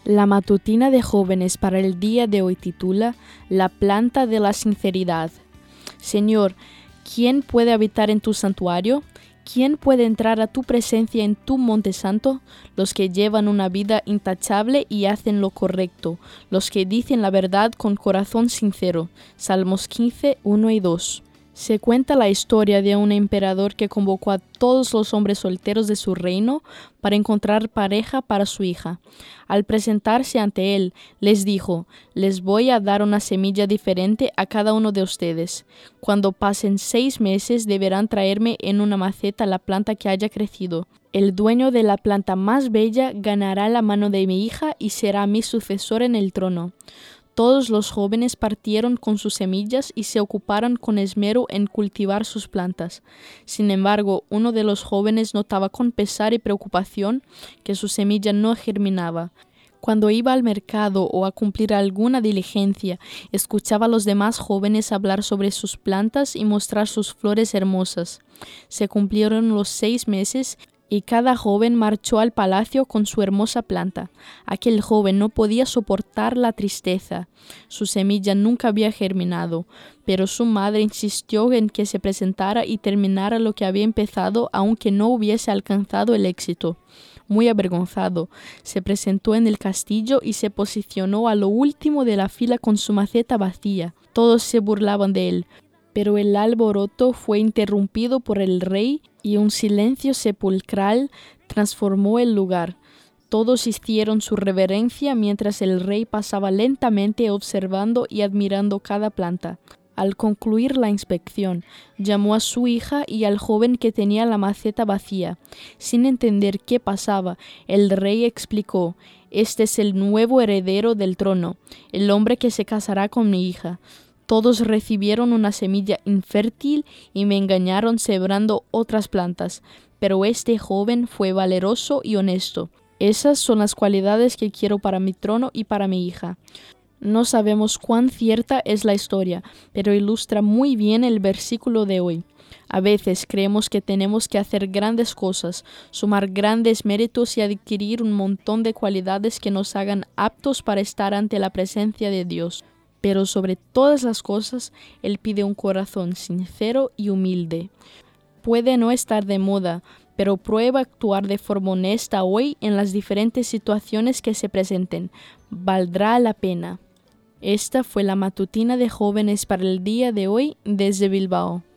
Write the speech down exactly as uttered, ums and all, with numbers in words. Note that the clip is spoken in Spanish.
La matutina de jóvenes para el día de hoy titula La planta de la sinceridad. Señor, ¿quién puede habitar en tu santuario? ¿Quién puede entrar a tu presencia en tu monte santo? Los que llevan una vida intachable y hacen lo correcto, los que dicen la verdad con corazón sincero. Salmos quince, uno y dos. Se cuenta la historia de un emperador que convocó a todos los hombres solteros de su reino para encontrar pareja para su hija. Al presentarse ante él, les dijo: «Les voy a dar una semilla diferente a cada uno de ustedes. Cuando pasen seis meses deberán traerme en una maceta la planta que haya crecido. El dueño de la planta más bella ganará la mano de mi hija y será mi sucesor en el trono». Todos los jóvenes partieron con sus semillas y se ocuparon con esmero en cultivar sus plantas. Sin embargo, uno de los jóvenes notaba con pesar y preocupación que su semilla no germinaba. Cuando iba al mercado o a cumplir alguna diligencia, escuchaba a los demás jóvenes hablar sobre sus plantas y mostrar sus flores hermosas. Se cumplieron los seis meses y cada joven marchó al palacio con su hermosa planta. Aquel joven no podía soportar la tristeza. Su semilla nunca había germinado, pero su madre insistió en que se presentara y terminara lo que había empezado, aunque no hubiese alcanzado el éxito. Muy avergonzado, se presentó en el castillo y se posicionó a lo último de la fila con su maceta vacía. Todos se burlaban de él, pero el alboroto fue interrumpido por el rey y un silencio sepulcral transformó el lugar. Todos hicieron su reverencia mientras el rey pasaba lentamente observando y admirando cada planta. Al concluir la inspección, llamó a su hija y al joven que tenía la maceta vacía. Sin entender qué pasaba, el rey explicó: «Este es el nuevo heredero del trono, el hombre que se casará con mi hija». Todos recibieron una semilla infértil y me engañaron sembrando otras plantas, pero este joven fue valeroso y honesto. Esas son las cualidades que quiero para mi trono y para mi hija. No sabemos cuán cierta es la historia, pero ilustra muy bien el versículo de hoy. A veces creemos que tenemos que hacer grandes cosas, sumar grandes méritos y adquirir un montón de cualidades que nos hagan aptos para estar ante la presencia de Dios. Pero sobre todas las cosas, Él pide un corazón sincero y humilde. Puede no estar de moda, pero prueba actuar de forma honesta hoy en las diferentes situaciones que se presenten. Valdrá la pena. Esta fue la matutina de jóvenes para el día de hoy desde Bilbao.